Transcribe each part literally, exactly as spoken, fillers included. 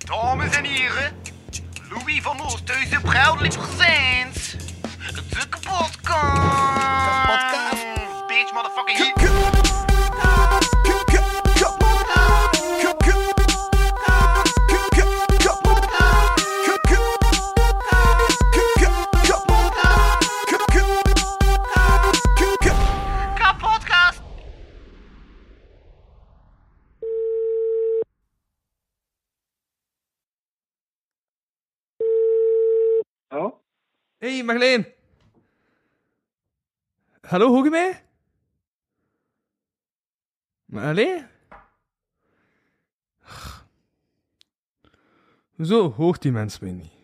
Dames en heren, Louis van Oosthuizen proudly presents de kapotkast. Kapotkast. Bitch, motherfucking hit. Hallo? Hey Marleen. Hallo, hoor je mij? Marleen? Zo hoort die mens mij niet.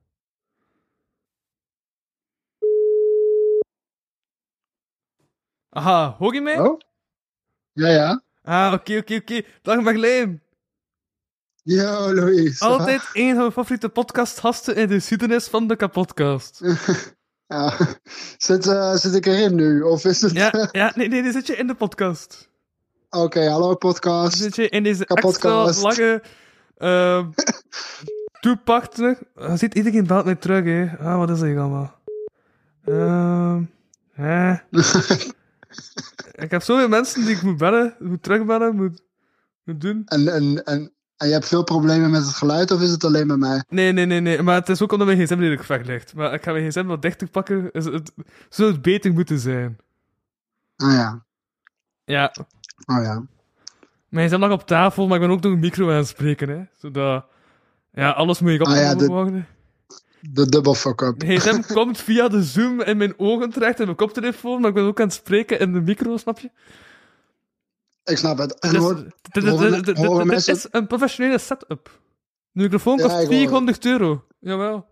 Aha, hoor je mij? Hallo? Ja, ja. Ah, oké, oké, oké. Dag Marleen. Yo, Louis. Altijd een van mijn favoriete podcastgasten in de geschiedenis van de kapotkast. Ja. Zit, uh, zit ik erin nu? Of is het... Ja, ja, nee, nee, dan zit je in de podcast. Oké, okay, hallo podcast. Dan zit je in deze Kapotkast. extra lange... Uh, toepachtelijk... Uh, ziet iedereen belt mij terug, hè. Ah, wat is dat hier allemaal? Ehm... Uh, ik heb zoveel mensen die ik moet bellen, moet terugbellen, moet, moet doen. En, en, en, en je hebt veel problemen met het geluid, of is het alleen met mij? Nee, nee, nee, nee. Maar het is ook omdat mijn gsm redelijk ver ligt. Maar ik ga mijn gsm wat dichter pakken. Is het, zou het beter moeten zijn? Ah ja. Ja. Oh ja. Mijn gsm lag op tafel, maar ik ben ook door een micro aan het spreken, hè. Zodat... Ja, alles moet ik opgenomen ah, ja, de, worden. De double fuck-up. Mijn gsm komt via de Zoom in mijn ogen terecht, in mijn koptelefoon, maar ik ben ook aan het spreken in de micro, snap je? Ik snap het. En Dus, hoor, dit, horen, dit, dit, horen dit, dit mensen... is een professionele setup. De microfoon Ja, kost ik hoor vierhonderd euro. Jawel.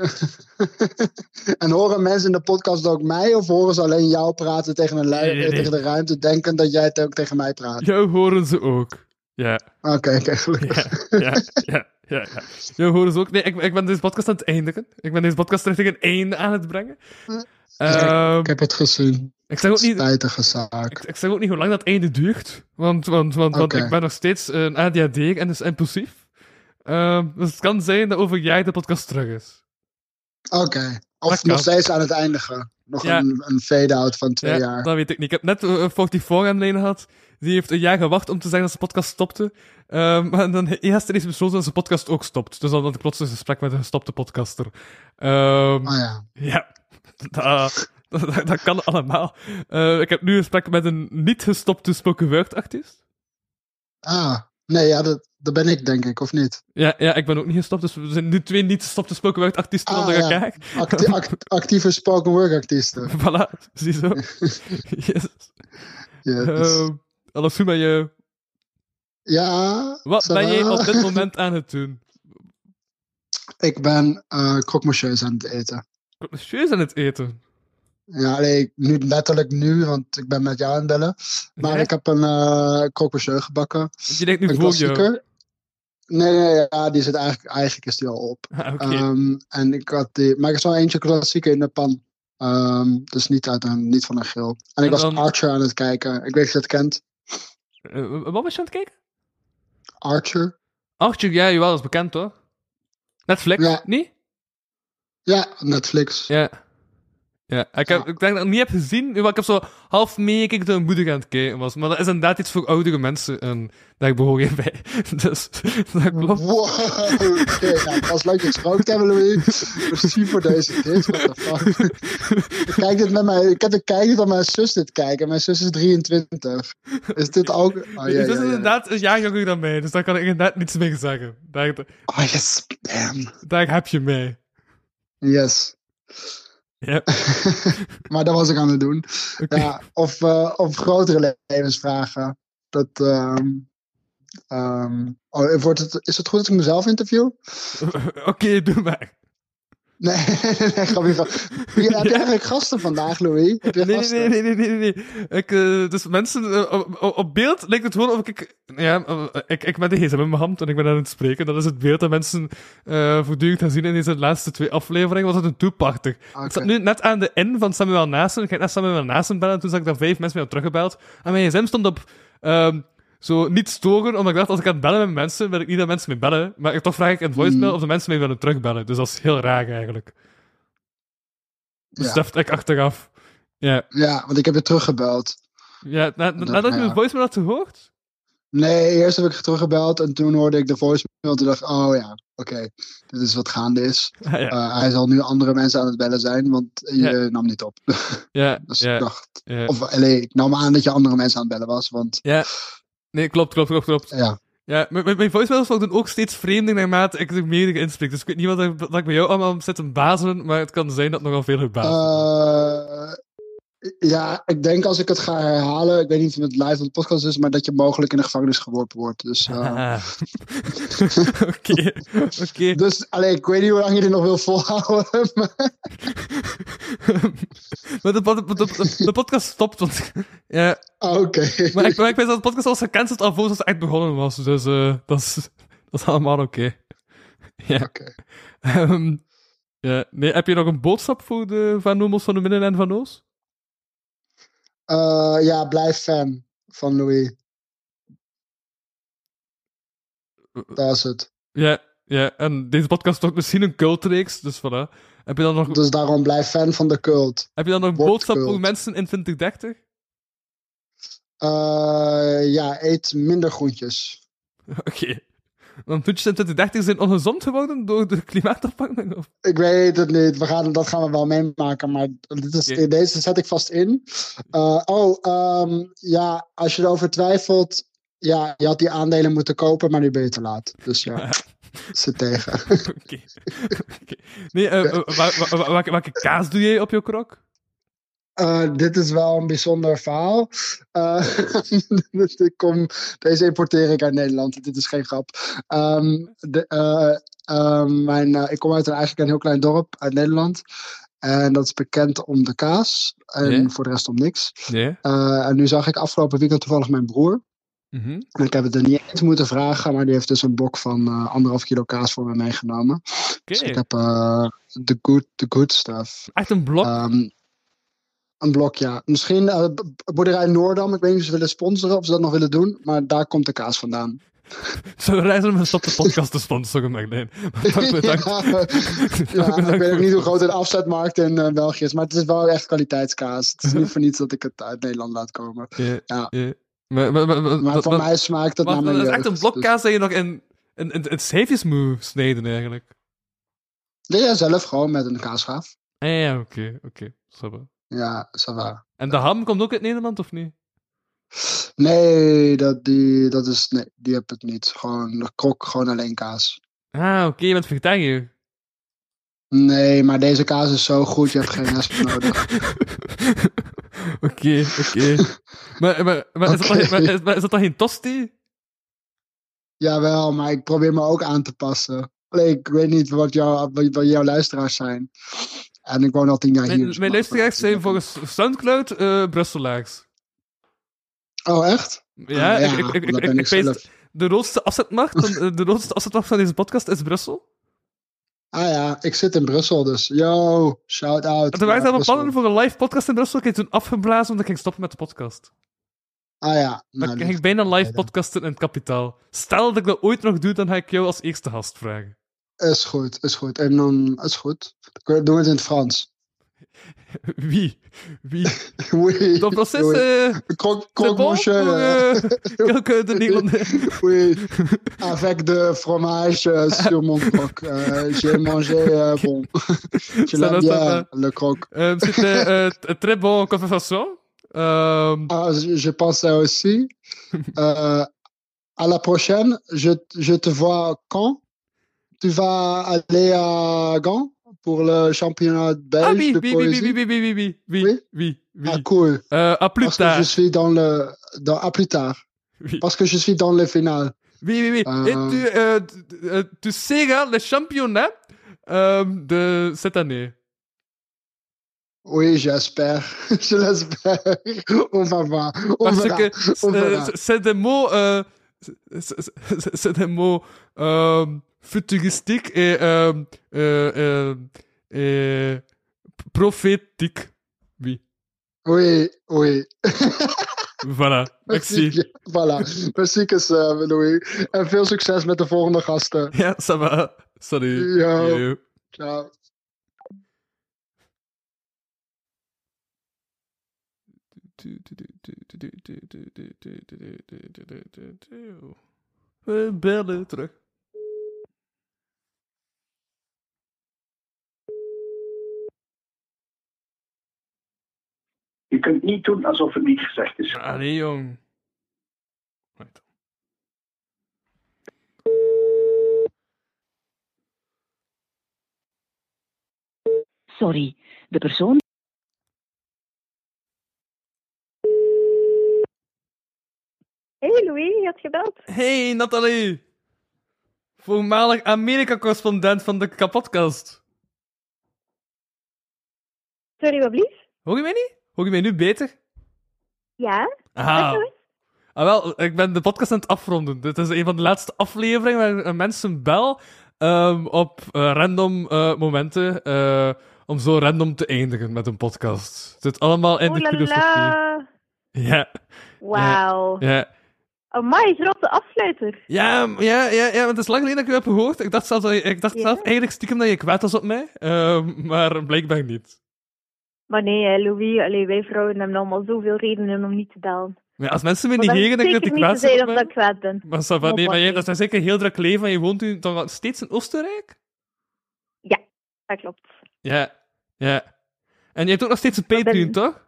En horen mensen in de podcast ook mij, of horen ze alleen jou praten tegen, een lui- Nee, nee, nee. tegen de ruimte, denken dat jij het ook tegen mij praat? Jou horen ze ook. Ja. Oké, okay, okay, gelukkig. Ja, ja, ja, ja, ja. Jou horen ze ook. Nee, ik, ik ben deze podcast aan het eindigen. Ik ben deze podcast richting een einde aan het brengen. Ja, Um, ik heb het gezien. ik zeg ook niet... Spijtige zaak. Ik, ik zeg ook niet hoe lang dat einde duurt. Want, want, want, want Okay. ik ben nog steeds een A D H D en dus impulsief. Um, dus het kan zijn dat over een jaar de podcast terug is. Oké. Okay. Of Dat nog kan. steeds aan het eindigen. Nog Ja. een, een fade-out van twee Ja, jaar. dat weet ik niet. Ik heb net uh, vierenveertig aan de lijn gehad. Die heeft een jaar gewacht om te zeggen dat zijn podcast stopte. Um, maar dan heeft hij besloten dat zijn podcast ook stopt. Dus dan had ik plots een gesprek met een gestopte podcaster. Um, Oh ja. Ja, dat, dat, dat kan allemaal. Uh, ik heb nu een gesprek met een niet gestopte spoken word artiest. Ah. Nee, ja, dat, dat ben ik denk ik, of niet? Ja, ja, ik ben ook niet gestopt, dus we zijn nu twee niet gestopte spoken word artiesten Ah, onder ja. elkaar. Acti- act- actieve spoken word artiesten. Voilà, ziezo. Yes. Yes. Uh, alles goed met je. Ja. Wat ça ben va? jij op dit moment aan het doen? Ik ben uh, croque monsieurs aan het eten. Monsieur aan het eten. Ja, nee, nu, letterlijk nu, want ik ben met jou aan het bellen. Maar Ja? ik heb een uh, croque monsieur gebakken. Je denkt nu Een voor jou. klassieker. Nee, nee, ja, die zit eigenlijk, eigenlijk is die al op. Ah, oké. Okay. Um, en ik had die, maar ik had zo eentje klassieker in de pan. Um, dus niet, uit een, niet van een grill. En ik En was dan- Archer aan het kijken. Ik weet of je dat kent. Uh, wat was je aan het kijken? Archer. Archer, ja, jawel, dat is bekend hoor. Netflix, Ja. niet? Ja, Netflix. Ja. Ja, ik, heb, ik denk dat ik het niet heb gezien, maar ik heb zo half meegekeken toen mijn moeder aan het kijken was. Maar dat is inderdaad iets voor oudere mensen en daar behoor je bij. Dus, dat klopt. Wow, oké. Okay, nou, het was leuk gesproken te hebben, Louis. Merci voor deze tips, what the fuck. ik, kijk dit met mijn, ik heb de kijken dat mijn zus dit kijkt en mijn zus is drieëntwintig. Is dit ook... Oh, ja, Dus ja, dat is ja, ja. inderdaad een jaar jonger dan mij, dus daar kan ik inderdaad niets meer zeggen. Daar, Oh yes, damn. daar heb je mij. Yes. Ja. Maar dat was ik aan het doen. Okay. Ja, of, uh, of grotere levensvragen. Dat, um, um, oh, wordt het, is het goed als ik mezelf interview? Oké, okay, doe maar. Nee, nee, nee, grapje van. Heb je eigenlijk gasten vandaag, Louis? Heb je Nee, gasten? nee, nee, nee, nee, nee, nee. Ik, uh, dus mensen, uh, op, op beeld lijkt het gewoon of ik... Ja, uh, ik, ik met de gsm in mijn hand en ik ben aan het spreken. Dat is het beeld dat mensen uh, voortdurend gaan zien in deze laatste twee afleveringen. Was het een toepachter. Okay. Ik zat nu net aan de in van Samuel Naassen. Ik ging net Samuel Naassen bellen. Toen zag ik daar vijf mensen mee op teruggebeld. En mijn gsm stond op... Um, zo niet storen, omdat ik dacht, als ik aan het bellen ben met mensen, wil ik niet dat mensen me bellen, maar ik toch vraag ik in voicemail Mm. of de mensen mij willen terugbellen. Dus dat is heel raar, eigenlijk. Dus Ja. dat dacht ik achteraf. Ja, Ja, want ik heb je teruggebeld. ja na, na- Dat- nadat je ja. mijn voicemail had gehoord? Nee, eerst heb ik teruggebeld en toen hoorde ik de voicemail. Toen dacht ik, oh ja, oké, dit is wat gaande is. Ah, ja, Uh, hij zal nu andere mensen aan het bellen zijn, want je Ja. nam niet op. ja, Dus ja, ik dacht, ja. of nee, ik nam aan dat je andere mensen aan het bellen was, want Ja. Nee, klopt, klopt, klopt, klopt. ja. Ja, mijn, mijn mijn voicemails worden ook steeds vreemder naarmate ik er meer inspreek. Dus ik weet niet wat ik, wat ik bij jou allemaal zit te bazelen, maar het kan zijn dat nogal veel gebazen. Uh, ja, ik denk als ik het ga herhalen, ik weet niet of het live op de podcast is, maar dat je mogelijk in de gevangenis geworpen wordt. Dus, uh, Ah. Oké, oké. dus allee, ik weet niet hoe lang je dit nog wil volhouden. Maar... Maar de, pod- de, de, de podcast stopt, want... Ja, Ah, oké. maar ik, maar ik weet dat de podcast al was gecanceld al voordat het echt begonnen was. Dus eh dat, is, dat is allemaal oké. Ja. Oké. Ehm, ja. Nee, heb je nog een boodschap voor de Van Nomels van de Midden en Van Oos? Uh, ja, blijf fan van Louis. Dat is het. Ja, ja, en deze podcast wordt misschien een cultreeks, dus voilà. Heb je dan nog, Dus daarom blijf fan van de cult. heb je dan nog een Word boodschap cult. voor mensen in twintig dertig? Uh, ja, eet minder groentjes. Oké. Want toetjes in twintig dertig zijn ongezond geworden door de klimaatopwarming? Of? Ik weet het niet. We gaan, dat gaan we wel meemaken. Maar dit is, Oké. deze zet ik vast in. Uh, oh, um, ja, als je erover twijfelt. Ja, je had die aandelen moeten kopen, maar nu ben je te laat. Dus ja, zit tegen. Oké. Oké. Nee, eh, eh, wa- wa- wa- welke, welke kaas doe jij op je krok? Uh, dit is wel een bijzonder verhaal. Uh, ik kom, deze importeer ik uit Nederland. Dit is geen grap. Um, de, uh, uh, mijn, uh, ik kom uit een, eigenlijk een heel klein dorp uit Nederland. En dat is bekend om de kaas. En Ja. voor de rest om niks. Nee. Uh, en nu zag ik afgelopen weekend toevallig mijn broer. Mhm. En ik heb het er niet eens moeten vragen. Maar die heeft dus een blok van uh, anderhalf kilo kaas voor me meegenomen. Oké. Dus ik heb uh, the, good, the good stuff. Echt een blok? Um, Een blok, ja. Misschien uh, B- Boerderij Noordam. Ik weet niet of ze willen sponsoren of ze dat nog willen doen. Maar daar komt de kaas vandaan. Zo reizen we stop de podcast te sponsoren, Marlijn. Dank bedankt. ja, Dank ja, ik bedankt weet ook voor- niet hoe groot de afzetmarkt in uh, België is. Maar het is wel echt kwaliteitskaas. Het is niet voor niets dat ik het uit Nederland laat komen. Ja, Ja. ja. Maar, maar, maar, maar, Maar dat- voor dat- mij smaakt het maar naar dat mijn is echt jeugd, een blok dus- kaas dat je nog in, in, in, in schijfjes moet snijden, eigenlijk. Nee, ja, zelf gewoon met een kaasschaaf. Ah, ja, ja, oké, oké. Snap. Ja, ça va. En de ham komt ook uit Nederland, of niet? Nee, dat, die, dat is, nee, die heb ik niet. Gewoon de krok, gewoon alleen kaas. Ah, oké, je bent vegetariër. Nee, maar deze kaas is zo goed, je hebt geen hesp nodig. Oké, oké. Maar, maar, maar, is dat Oké. dan- maar, is, maar is dat dan geen tosti? Jawel, maar ik probeer me ook aan te passen. Alleen, ik weet niet wat, jou, wat, wat jouw luisteraars zijn. En ik woon al tien jaar hier. Mijn, dus mijn ik mag luisteraars wel- zijn volgens Soundcloud eh Brusselaars. Oh, echt? Ja, Ah, ik, ik, ik, ik, dat ben ik, ik weet- zelf. de grootste afzetmarkt van, eh, de grootste afzetmarkt van deze podcast is Brussel. Ah ja, ik zit in Brussel, dus yo, shout out. Er waren naar zelfs Brussel. plannen voor een live podcast in Brussel. Ik heb toen afgeblazen omdat ik ging stoppen met de podcast. Ah ja, Maar nou, ik lief. ging bijna live Ja, dan. podcasten in het kapitaal. Stel dat ik dat ooit nog doe, dan ga ik jou als eerste gast vragen. Is goed, is goed. En dan, is goed. Dan doen we het in het Frans. Wie? Wie? Oui. Dat proces, oui. eh... Croque, c'est croque bon mon chien. pour, euh. euh, quelques de Nederlandais? Oui, avec de fromage euh, sur mon croque. Euh, J'ai mangé, euh, bon. Je Ça va, l'aime ça bien, va. le croque. Euh, C'était euh, t- très bon conversation. Euh, Ah, je, je pensais aussi. Euh, à la prochaine, je, je te vois quand? Tu vas aller à Gand pour le championnat belge ah oui, de oui, oui, oui, poésie? oui, oui, oui, oui, oui, Oui? oui, oui. Ah, cool. Euh, à plus Parce que tard. je suis dans le... Dans, à plus tard. Oui. Parce que je suis dans les finales. Oui, oui, oui. Euh, Et tu, euh, tu, euh, tu seras le championnat euh, de cette année. Oui, j'espère. Je l'espère. On va voir. On Parce verra. que On euh, verra. c'est- c'est des mots, euh, c'est- c'est c'est des mots euh, futuristiques et, euh, euh, euh, et prophétiques. Oui. Oui, oui. Voilà, merci. Ja, voilà. Merci, uh, Louis. En veel succes met de volgende gasten. Ja, ça va. Salut. Yo. Yo. Ciao. We bellen terug. Je kunt niet doen alsof het niet gezegd is. Allee, jong. Wacht. Sorry, de persoon. Hey Louis, je had gebeld. Hey, Nathalie. Voormalig Amerika-correspondent van de Kapodcast. Sorry, wat blief? Hoor je mij niet? Hoor je mij nu beter? Ja? Aha. Wat is? Ah, wel, ik ben de podcast aan het afronden. Dit is een van de laatste afleveringen waar een mensen bel um, op uh, random uh, momenten uh, om zo random te eindigen met een podcast. Het zit allemaal in de filosofie. Oelala. Ja. Wauw. Ja. Amai, grote afsluiter. Ja, ja, ja, ja, want het is lang geleden dat ik u heb gehoord. Ik dacht zelf, dat je- ik dacht Ja? zelf eigenlijk stiekem dat je kwaad was op mij, um, maar blijkbaar niet. Maar nee, hè, Louis, allee, wij vrouwen hebben allemaal zoveel redenen om niet te bellen. Maar ja, als mensen me Maar niet dat hegen, is denk ik dat zeker ik niet te kwaad ben zeggen op dat mij. ik kwaad ben. Maar, ça va, nee, maar jij, Moppa, dat is zeker een heel druk leven en je woont nu dan steeds in Oostenrijk? Dat klopt. Ja, ja. En je hebt ook nog steeds een ben- Patreon, toch?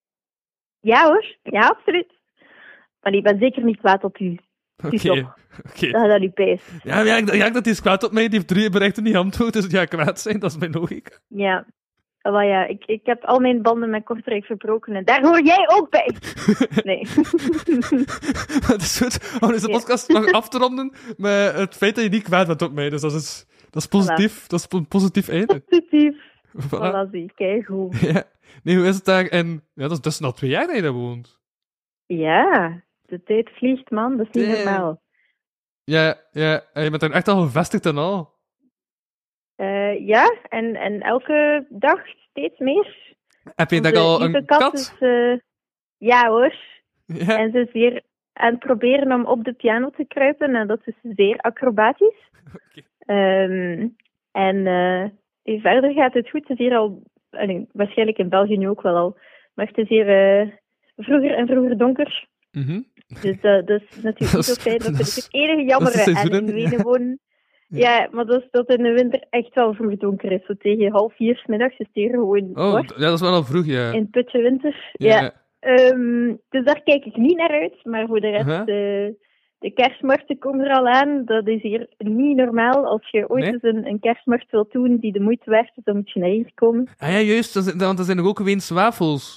Ja hoor, ja absoluut. Maar ik ben zeker niet kwaad op u. Oké, Zie oké. toch. Dat is aan uw pees. Ja, maar ja, ik, ja, dat is kwaad op mij. Die heeft drie berichten niet antwoord, dus ja, kwaad zijn, dat is mijn logica. Ja. Maar ja, ik, ik heb al mijn banden met Kortrijk verbroken en daar hoor jij ook bij. Nee. Het is goed om deze Ja. podcast nog af te ronden met het feit dat je niet kwaad bent op mij. Dus dat is, dat is positief. Dat is een positief einde. Positief. Voilà. Voilà, zie. Kijk goed. Ja. Nee, hoe is het daar? En ja, dat is dus al twee jaar dat je daar woont. Ja, de tijd vliegt, man. Dat is niet Damn. normaal. Ja, ja. En je bent daar echt al gevestigd en al. Eh, ja, en, en elke dag steeds meer. Heb je daar Onze al lieve een kat? Is, eh, ja hoor. Ja. En ze is weer aan het proberen om op de piano te kruipen. En dat is zeer acrobatisch. Oké. Ehm, en eh, verder gaat het goed. Het is hier al, allee, waarschijnlijk in België nu ook wel al. Maar het is hier eh, vroeger en vroeger donker. Mhm. Dus eh, dat is natuurlijk Dat niet is- zo fijn. Dat dat vind is- ik het enige jammer dat is de aan seizoen, in hè? Wenen wonen. Ja, maar dat is dat in de winter echt wel vroeg donker is. Zo tegen half vier 's middags is het hier gewoon Oh, zwart. ja, dat is wel al vroeg, ja. In het putje winter. Ja. Ehm, dus daar kijk ik niet naar uit. Maar voor de rest, Uh-huh. eh, de kerstmarkten komen er al aan. Dat is hier niet normaal. Als je ooit Nee? eens een, een kerstmarkt wilt doen die de moeite waard is, dan moet je naar hier komen. Ah ja, juist. dat is- Want er zijn er ook Weens wafels.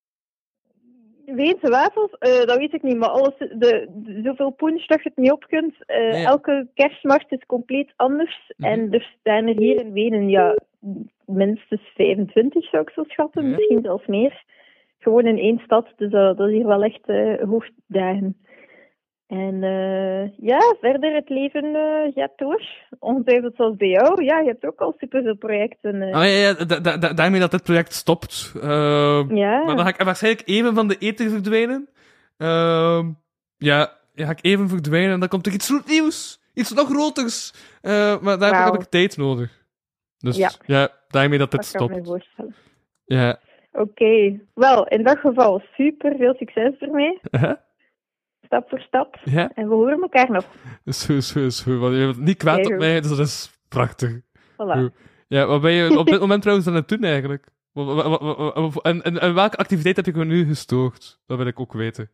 Weense wafels, eh, dat weet ik niet, maar alles, de, de- zoveel punch dat je het niet op kunt. eh, Nee. Elke kerstmarkt is compleet anders. Mhm. En er staan er hier in Wenen, ja, minstens vijfentwintig zou ik zo schatten, Ja. misschien zelfs meer. Gewoon in één stad, dus dat, dat is hier wel echt eh hoofddagen. En eh, ja, verder het leven eh, gaat door. Ongetwijfeld zoals bij jou. Ja, je hebt ook al superveel projecten. eh. Ah ja, ja da- da- da- daarmee dat dit project stopt. Ehm, ja. Maar dan ga ik waarschijnlijk even van de eten verdwijnen. Ehm, ja, ja, ga ik even verdwijnen en dan komt er iets nieuws. Iets nog groters. Eh, maar daarvoor Wauw. heb ik tijd nodig. Dus ja, Ja. daarmee dat dit dat kan ik me stopt. voorstellen. Ja. Oké, wel, in dat geval super veel succes ermee. Stap voor stap. Ja, En we horen elkaar nog. is goed, is goed, is goed. Want je bent niet kwaad Kijk, op goed. mij, dus dat is prachtig. Voilà. Goed. Ja, wat ben je op dit moment trouwens aan het doen eigenlijk? Wa- wa- wa- wa- wa- En, en, en welke activiteit heb ik me nu gestoord? Dat wil ik ook weten.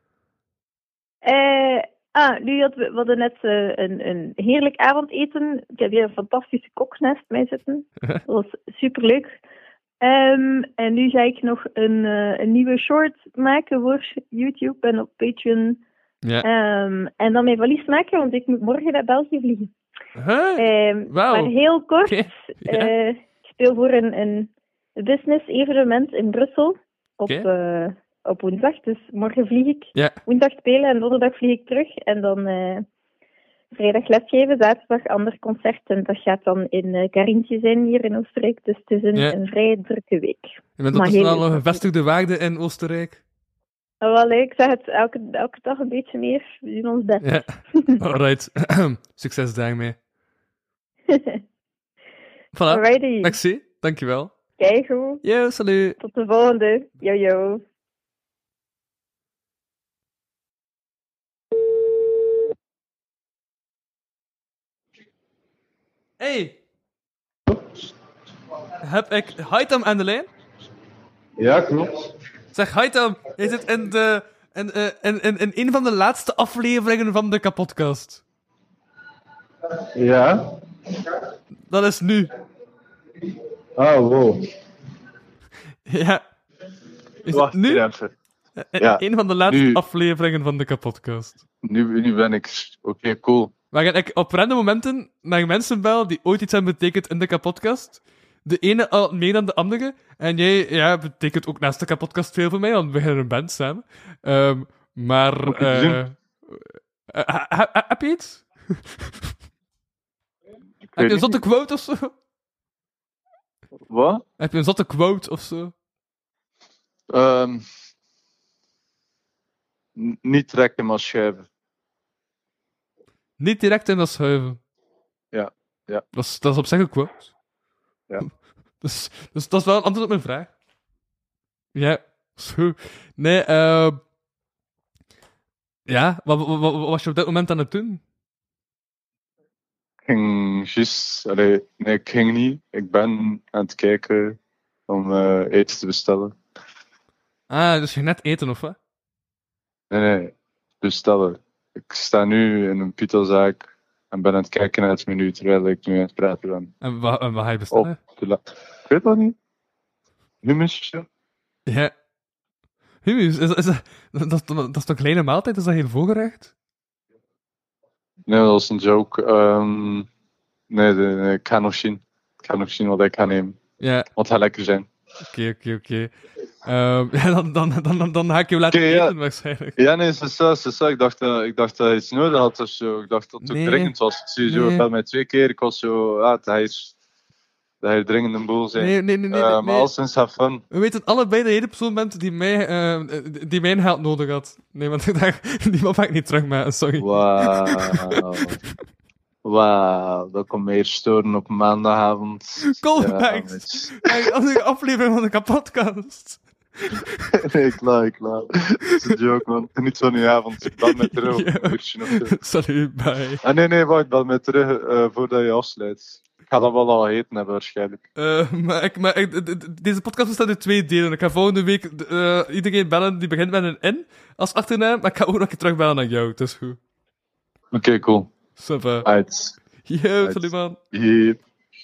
Eh, ah, nu hadden we, we hadden net eh, een, een heerlijk avondeten. Ik heb hier een fantastische koksnest mee zitten. Dat was superleuk. Ehm, en nu ga ik nog een, eh, een nieuwe short maken voor YouTube en op Patreon. Ja. Ehm, en dan mijn valies maken, want ik moet morgen naar België vliegen. Huh? Ehm, Wauw. Maar heel kort. Oké. Ja. Eh, ik speel voor een, een business evenement in Brussel op, Oké. eh, op woensdag. Dus morgen vlieg ik. Ja. Woensdag spelen en donderdag vlieg ik terug. En dan eh, vrijdag lesgeven, zaterdag ander concert. En dat gaat dan in uh, Karintje zijn hier in Oostenrijk. Dus het is een, Ja. een vrij drukke week. Je bent Maar ondertussen heel al een leuk. gevestigde waarde in Oostenrijk. Nou, wel leuk. Ik zeg het elke, elke dag een beetje meer. We doen ons best. Ja, alright. Succes daarmee. Voilà, Alrighty. merci, dankjewel. Kijk goed. Yo, salut. Tot de volgende. Yo, yo. Hey. Heb ik Haitam aan de lijn? Ja, klopt. Zeg, Haitam, je zit in, de, in, uh, in, in, in een van de laatste afleveringen van de kapotcast. Ja? Dat is nu. Oh, wow. Ja. Is Wacht het nu? even. In Ja, een van de laatste nu. afleveringen van de kapotcast. Nu, nu ben ik... Oké, cool. Waarin ik op random momenten naar mensen bel die ooit iets hebben betekend in de kapotcast. De ene al meer dan de andere. En jij, ja, betekent ook naast de kapotcast veel voor mij, want we beginnen een band samen. Ehm, maar... Oké, te zien. eh, eh, ha- ha- ha- heb je iets? Ik Heb je een weet zotte niet. quote of zo? Wat? Heb je een zotte quote of zo? Ehm, n- niet trekken, maar schuiven. Niet direct in dat schuiven. Ja, ja. Dat is, dat is op zich een quote. Ja. Dus, dus dat is wel een antwoord op mijn vraag. Ja, zo. Nee, eh... ja, wat, wat, wat, wat was je op dit moment aan het doen? Ik ging juist... Allee, nee, ik ging niet. Ik ben aan het kijken om eh, eten te bestellen. Ah, dus je net eten, of wat? Nee, nee. Bestellen. Ik sta nu in een pizzazaak en ben aan het kijken naar het menu terwijl ik nu aan het praten ben. En wat, en wat ga je bestellen? Op de la- Ik weet dat niet. Humusje? Ja. Humus, is, is, dat, dat, is toch- dat is toch een kleine maaltijd? Is dat geen voorgerecht? Nee, dat was een joke. Ehm, nee, de, nee, ik ga nog zien. Ik ga nog zien wat ik ga nemen. Ja, Wat gaat lekker zijn. oké, oké, oké. Ehm, ja, dan, dan, dan, dan, dan ga ik je laten Oké, ja. eten, waarschijnlijk. Ja, nee, c'est ça, c'est ça. Ik dacht, eh, ik dacht dat hij iets nodig had of zo. Ik dacht dat het ook Nee. dringend was. Ik zie zo Nee. bij mij twee keer. Ik was zo, ah, dat hij is, dat hij dringend een boel zijn. Nee, nee, nee, nee. Eh, nee. Maar al sinds have fun. We weten allebei dat jij de persoon bent die, mij, eh, die mijn geld nodig had. Nee, want ik dacht, die man ga ik niet terugmaken, sorry. Wauw. Wauw, dat komt meer storen op maandagavond. Callbacks. met- Hey, andere aflevering van de kapotcast. Nee, klaar, klaar. Dat is een joke, man. Niet van uw avond. Ik bel mij terug. Ja. Een uurtje of zo. Salut, bye. Ah, nee, nee, wacht. Bel mij terug eh, voordat je afsluit. Ik ga dat wel al gegeten hebben, waarschijnlijk. Eh, maar ik, maar ik, d- d- deze podcast bestaat uit twee delen. Ik ga volgende week eh, iedereen bellen die begint met een N als achternaam, maar ik ga ook nog een keer terugbellen naar jou, het is goed. Oké, cool. Ça va. Uit. Yo, Uit. salut man. Hier.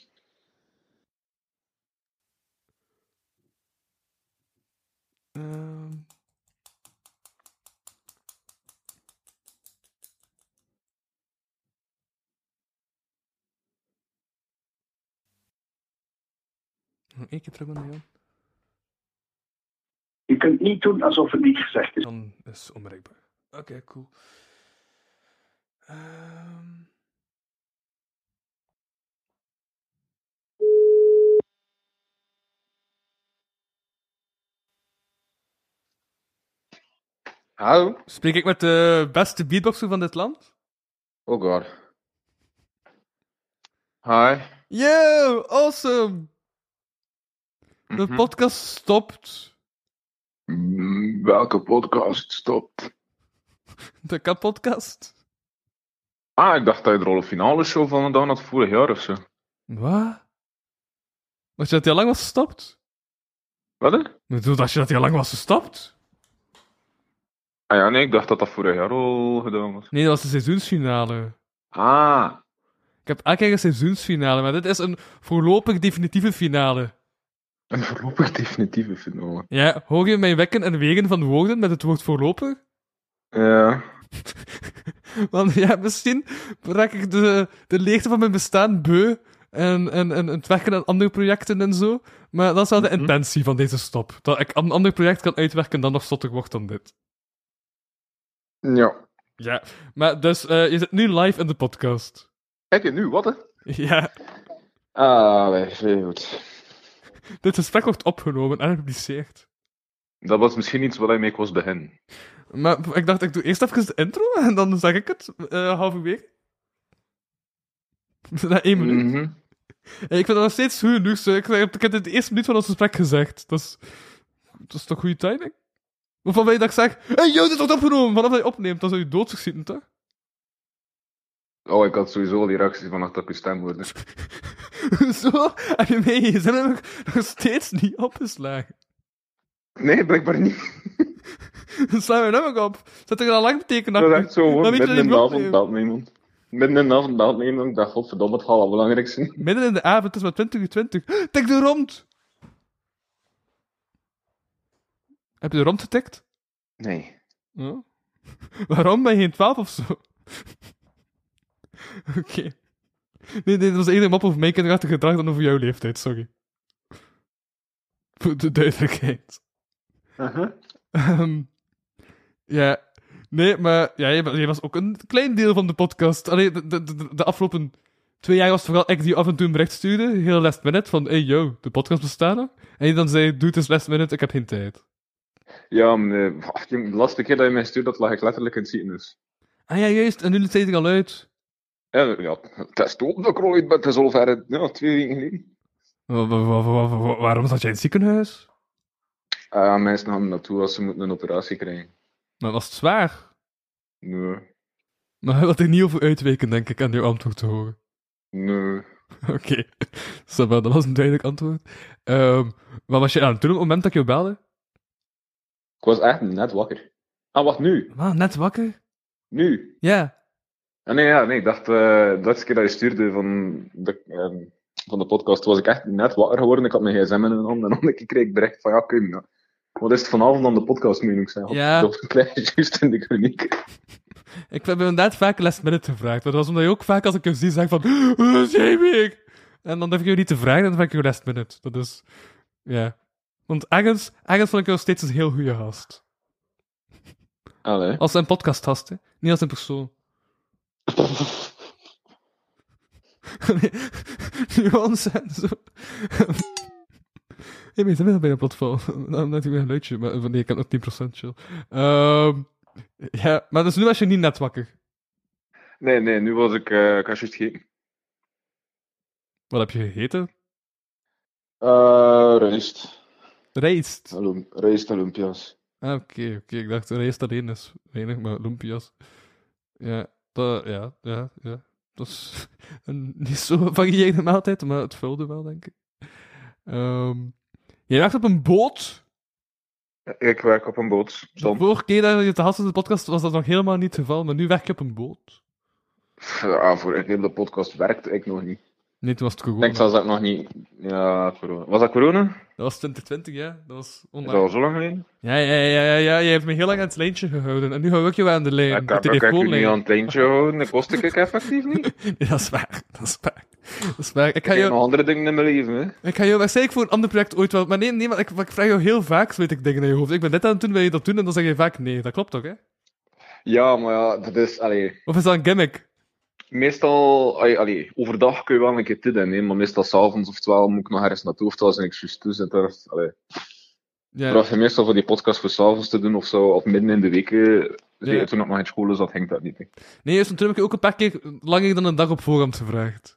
Ehm. Nog één keer terug naar jou. Je kunt niet doen alsof het niet gezegd is. Dan is het onbereikbaar. Oké, cool. Ehm. Hallo? Spreek ik met de beste beatboxer van dit land? Oh god. Hi. Yo, awesome! De Mhm. podcast stopt. Mm, welke podcast stopt? De kapotcast. Ah, ik dacht dat je de rolle finale show van gedaan had vorig jaar of zo. Wat? Dacht je dat hij al lang was gestopt? Wat? hè? Ik bedoel, dacht je dat hij al lang was gestopt? Ah ja, nee, ik dacht dat dat vorig jaar al gedaan was. Nee, dat was de seizoensfinale. Ah, Ik heb elke keer een seizoensfinale, maar dit is een voorlopig definitieve finale. een voorlopig definitieve finale. Ja, hoor je mij wekken en wegen van woorden met het woord voorlopig? Ja. Want ja, misschien raak ik de, de leegte van mijn bestaan beu en, en, en het werken aan andere projecten en zo. Maar dat is wel de Mhm. intentie van deze stop. Dat ik een ander project kan uitwerken dat nog zotter wordt dan dit. Ja. Ja, maar dus eh, je zit nu live in de podcast. Heb je nu wat, hè? Ja, Ah, nee, heel goed. dit gesprek wordt opgenomen en gepubliceerd. Dat was misschien iets wat hij mee kost beginnen. Maar ik dacht, ik doe eerst even de intro en dan zeg ik het, uh, halverwege. Na één minuut. Mhm. En ik vind dat nog steeds goed genoeg. Zo. Ik, ik heb het de eerste minuut van ons gesprek gezegd. Dat is, dat is toch goede timing? Of van mij dat ik zeg, hé, hey, joh, dit wordt opgenomen. Vanaf dat je opneemt, dan zou je doodgeschieten, toch? Oh, ik had sowieso al die reacties van dat ik uw stem hoorde. Zo? Heb je mijn gsm nog, nog steeds niet opgeslagen? Nee, blijkbaar niet. Dan slaan we hem ook op. Zet er al lang betekenen Dat is achter. echt zo gewoon Dan weet je midden in dat de niet avond opnemen. belt me iemand. Midden in de avond belt me iemand. Ik dacht, godverdomme, het gaat wel belangrijk zijn. Midden in de avond, het is maar twintig uur twintig. Tik de rond! Heb je de rond getikt? Nee. Ja. Waarom? Ben je geen twaalf of zo? Oké. Okay. Nee, nee, dat was eerder een mop over mijn kinderachtig gedrag dan over jouw leeftijd, sorry. Voor de duidelijkheid. Uh-huh. Um, ja, nee, maar ja, jij, jij was ook een klein deel van de podcast. Allee, de, de, de, de afgelopen twee jaar was het vooral ik die af en toe een bericht stuurde, heel last minute, van hey yo, de podcast bestaat nog. En je dan zei, doe het eens last minute, ik heb geen tijd. Ja, maar, wacht, de laatste keer dat je mij stuurde, dat lag ik letterlijk in het ziekenhuis. Ah ja, juist, en nu zit ik al uit. Ja, ja, het is ook dat ik ooit ben, het is al ver, ja, twee weken geleden. Wa- wa- wa- wa- wa- Waarom zat jij in het ziekenhuis? Uh, mensen gaan er naartoe als ze moeten een operatie krijgen. Maar was het zwaar? Nee, Maar hij had er niet over uitweken, denk ik, aan jouw antwoord te horen. nee. Oké, okay. Dat was een duidelijk antwoord. Um, wat was je aan het doen op het moment dat ik jou belde? Ik was echt net wakker. Ah, wacht, nu? Wat, net wakker? Nu? Ja. Ah, nee, ja, nee, ik dacht, uh, de laatste keer dat je stuurde van de, um, van de podcast, was ik echt net wakker geworden. Ik had mijn gsm in mijn hand en dan kreeg ik bericht van, ja, Kim, ja. Wat is het vanavond aan de podcast, moet ik zeggen? Ja. Dat was een klein juist in de chroniek. Ik heb inderdaad vaak last minute gevraagd. Maar dat was omdat je ook vaak als ik jou zie zeg van, wat is jij weer? En dan heb ik jou niet te vragen, dan vraag ik jou last minute. Dat is, ja. Want ergens, ergens vond ik jou steeds een heel goede gast. Allee. Als een podcastgast, hè. Niet als een persoon. Nee, nuance en zo. Hé, maar je bent bij een platform. Nou, net weer een luidje, maar nee, ik heb nog tien procent chill. Um, ja, maar dus nu was je niet net wakker. Nee, nee, nu was ik, uh, ik had juist gegeten. Wat heb je gegeten? Uh, rijst. Rijst? Alum, rijst en lumpia's. Ah, oké, okay, oké. Okay. Ik dacht rijst alleen is weinig, maar lumpia's. Ja, dat, ja, ja, ja. Dat is een niet zo gevarieerde maaltijd, maar het vulde wel, denk ik. Um, jij werkt op een boot? Ik werk op een boot. De vorige keer dat je te gast was in de podcast was dat nog helemaal niet het geval, maar nu werk je op een boot. Ja, voor een hele podcast werkte ik nog niet. Nee, toen was het corona. Ik denk zelfs dat ik nog niet... Ja, corona. Was dat corona? Dat was twintig twintig, ja. Dat was onlangs. Is dat al zo lang geleden? Ja, ja, ja, ja, ja. Je hebt me heel lang aan het lijntje gehouden. En nu hou ik je aan de lijn. Ja, ik heb de ik heb je telefoonlijn. niet aan het lijntje gehouden. Dat kost ik effectief niet. Nee, dat is waar. Dat is waar. Dat is waar. Ik Ik ga heb jou... nog andere dingen in mijn leven, hè. Ik ga jou waarschijnlijk voor een ander project ooit wel... Maar nee, nee, maar ik, ik vraag jou heel vaak, zo weet ik, dingen in je hoofd. Ik ben dit aan het doen, wil je dat doen? En dan zeg je vaak nee. Dat klopt toch, hè? Ja, maar ja, dat is... Allee... Of is dat een gimmick? Meestal... Allee, allee, overdag kun je wel een keer dit in, hè, maar meestal s'avonds oftewel moet ik nog ergens naartoe, oftewel zijn ik juist toe zit. Dus, allee... Ja. Maar als je meestal voor die podcast voor s'avonds te doen of zo, of midden in de weken, Ja. toen ik nog in school zat, ging dat niet. Hè. Nee, dus toen heb ik je ook een paar keer langer dan een dag op voorhand gevraagd.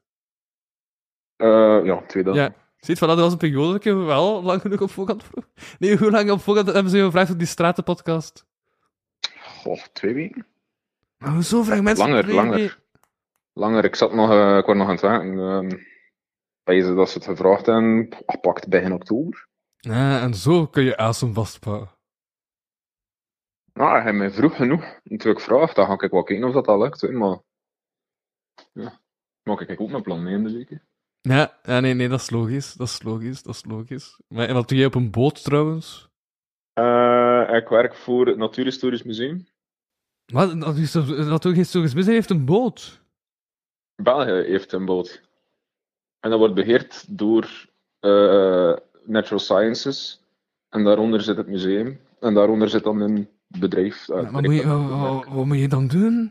Uh, ja, twee dagen. Ja. Ziet, voilà, dat was een periode dat ik je wel lang genoeg op voorhand vroeg. Nee, hoe lang op voorhand hebben ze je gevraagd op die stratenpodcast? Goh, twee weken? Maar hoezo vragen mensen... Langer, twee langer. weken? Langer. Ik zat nog, uh, ik was nog aan het werken. Uh, bij ze dat ze het gevraagd hebben, ah, pakt begin oktober. Ja, en zo kun je asem vastpakken. Nou, hij mij vroeg genoeg. En toen ik vraag, dan ga ik wel kijken of dat al lukt. Hè, maar ja, maak ik ook mijn plan mee in de weken. Ja, ja, nee, nee, dat is logisch. Dat is logisch, dat is logisch. Maar en wat doe jij op een boot, trouwens? Uh, ik werk voor het Natuurhistorisch Museum. Wat? Natuurhistorisch Museum heeft een boot? België heeft een boot. En dat wordt beheerd door uh, Natural Sciences. En daaronder zit het museum. En daaronder zit dan een bedrijf. Uh, Ja, maar moet je, wat, wat, wat moet je dan doen?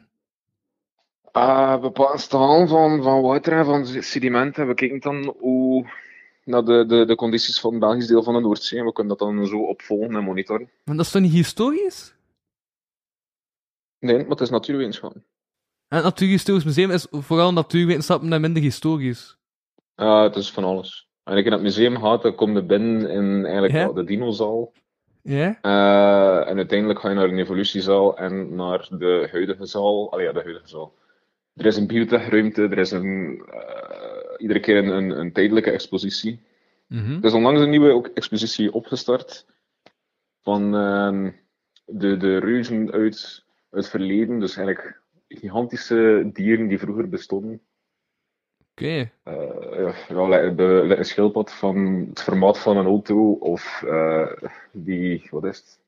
Uh, bepaalde staal van, van water en van sedimenten. We kijken dan hoe naar de, de, de condities van het Belgisch deel van de Noordzee. En we kunnen dat dan zo opvolgen en monitoren. Maar dat is toch niet historisch? Nee, maar het is natuurwetenschap. En het Natuurhistorisch Museum is vooral natuurwetenschappen en minder historisch. Ja, het is van alles. En als je naar het museum gaat, dan kom je binnen in eigenlijk Ja? ja, de dinozaal. Ja? Uh, en uiteindelijk ga je naar een evolutiezaal en naar de huidige zaal. Allee, ja, de huidige zaal. Er is een biotechruimte, er is een, uh, iedere keer een, een, een tijdelijke expositie. Mm-hmm. Er is onlangs een nieuwe ook expositie opgestart van uh, de, de reuzen uit het verleden. Dus eigenlijk gigantische dieren die vroeger bestonden. Oké. Okay. Uh, ja, ja, een schildpad van het formaat van een auto of uh, die, wat is het?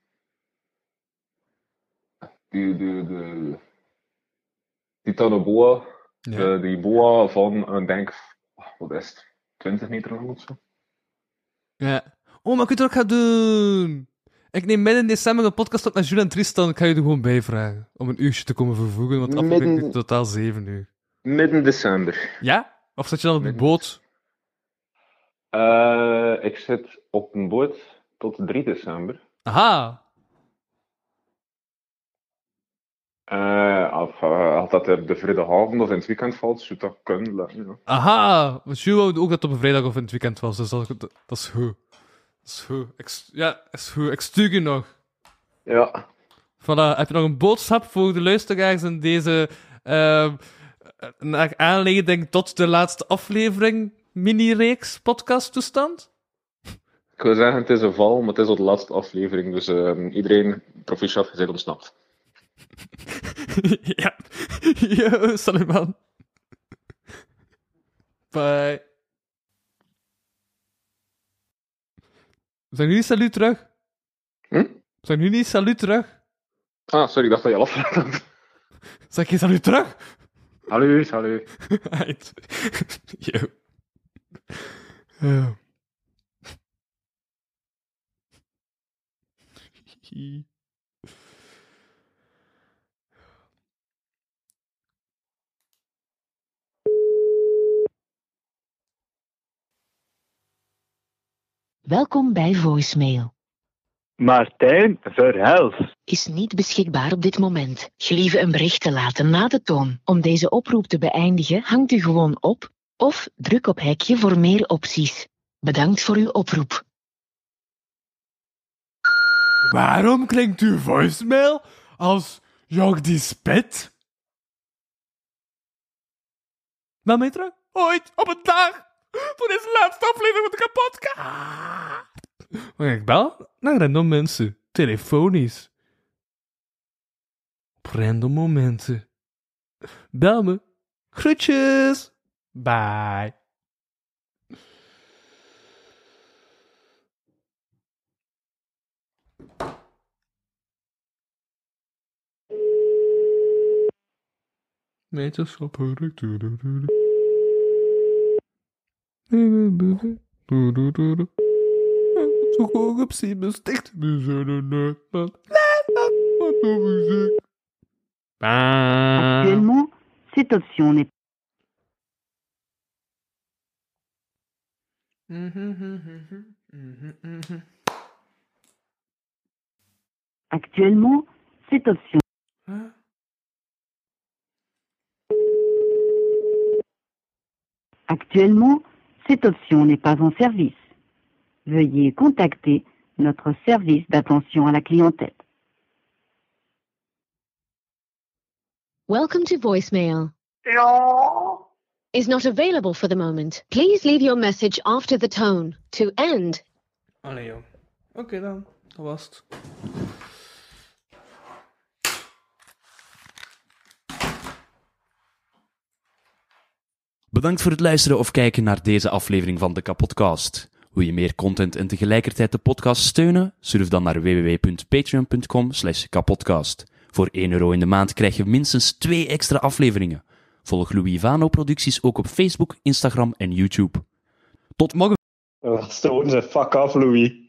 Die, de, de Titanoboa, Ja. de, die boa van, ik denk, wat is het, twintig meter lang of zo. Ja. Oh, maar ik weet wat ik ga doen. Ik neem midden in december een podcast op met Jules en Tristan. Ik ga je er gewoon bij vragen. Om een uurtje te komen vervoegen, want afgelopen Midden- duurt totaal zeven uur. Midden december. Ja? Of zit je dan op de Midden- boot? Uh, ik zit op een boot tot drie december. Aha! Uh, of, uh, als dat op de vrijdagavond of in het weekend valt, zou dat kunnen. Ja. Aha! Want Jules wou ook dat het op een vrijdag of in het weekend was, dus dat, dat, dat is goed. Dat is goed. Ik, st- ja, dat is goed. Ik stuur je nog. Ja. Voilà. Heb je nog een boodschap voor de luisteraars in deze uh, naar aanleiding tot de laatste aflevering mini-reeks podcast-toestand? Ik wil zeggen, het is een val, maar het is al de laatste aflevering, dus uh, iedereen proficiat, je bent ontsnapt. Ja. Yo, Salman. Bye. Zijn jullie salut terug? Hm? Zijn jullie salut terug? Ah, sorry, ik dacht dat je al afgevraagd had. Zeg je salut terug? Hallo, hallo. Right. Yo. Oh. Welkom bij voicemail. Martijn Verhelst. Is niet beschikbaar op dit moment. Gelieve een bericht te laten na de toon. Om deze oproep te beëindigen, hangt u gewoon op of druk op hekje voor meer opties. Bedankt voor uw oproep. Waarom klinkt uw voicemail als Jordi Spit? Wel mee terug? Ooit, op een dag, voor deze laatste aflevering van de kapotkast. Maar ik bel naar random mensen, telefonisch. Op random momenten. Bel me. Groetjes. Bye. Wetenschap hoor ik. Zo corruptie besticht. Actuellement, cette option n'est Actuellement, cette option. Actuellement, cette option n'est pas en service. Veuillez contacter notre service d'attention à la clientèle. Welcome to voicemail. Is not available for the moment. Please leave your message after the tone. To end. Allee joh. Oké okay, dan. Dat was het. Bedankt voor het luisteren of kijken naar deze aflevering van de Kapodcast. Wil je meer content en tegelijkertijd de podcast steunen? Surf dan naar w w w punt patreon punt com slash kapodcast. Voor één euro in de maand krijg je minstens twee extra afleveringen. Volg Louis Vano producties ook op Facebook, Instagram en YouTube. Tot morgen. Laatste woorden zijn fuck off, Louis.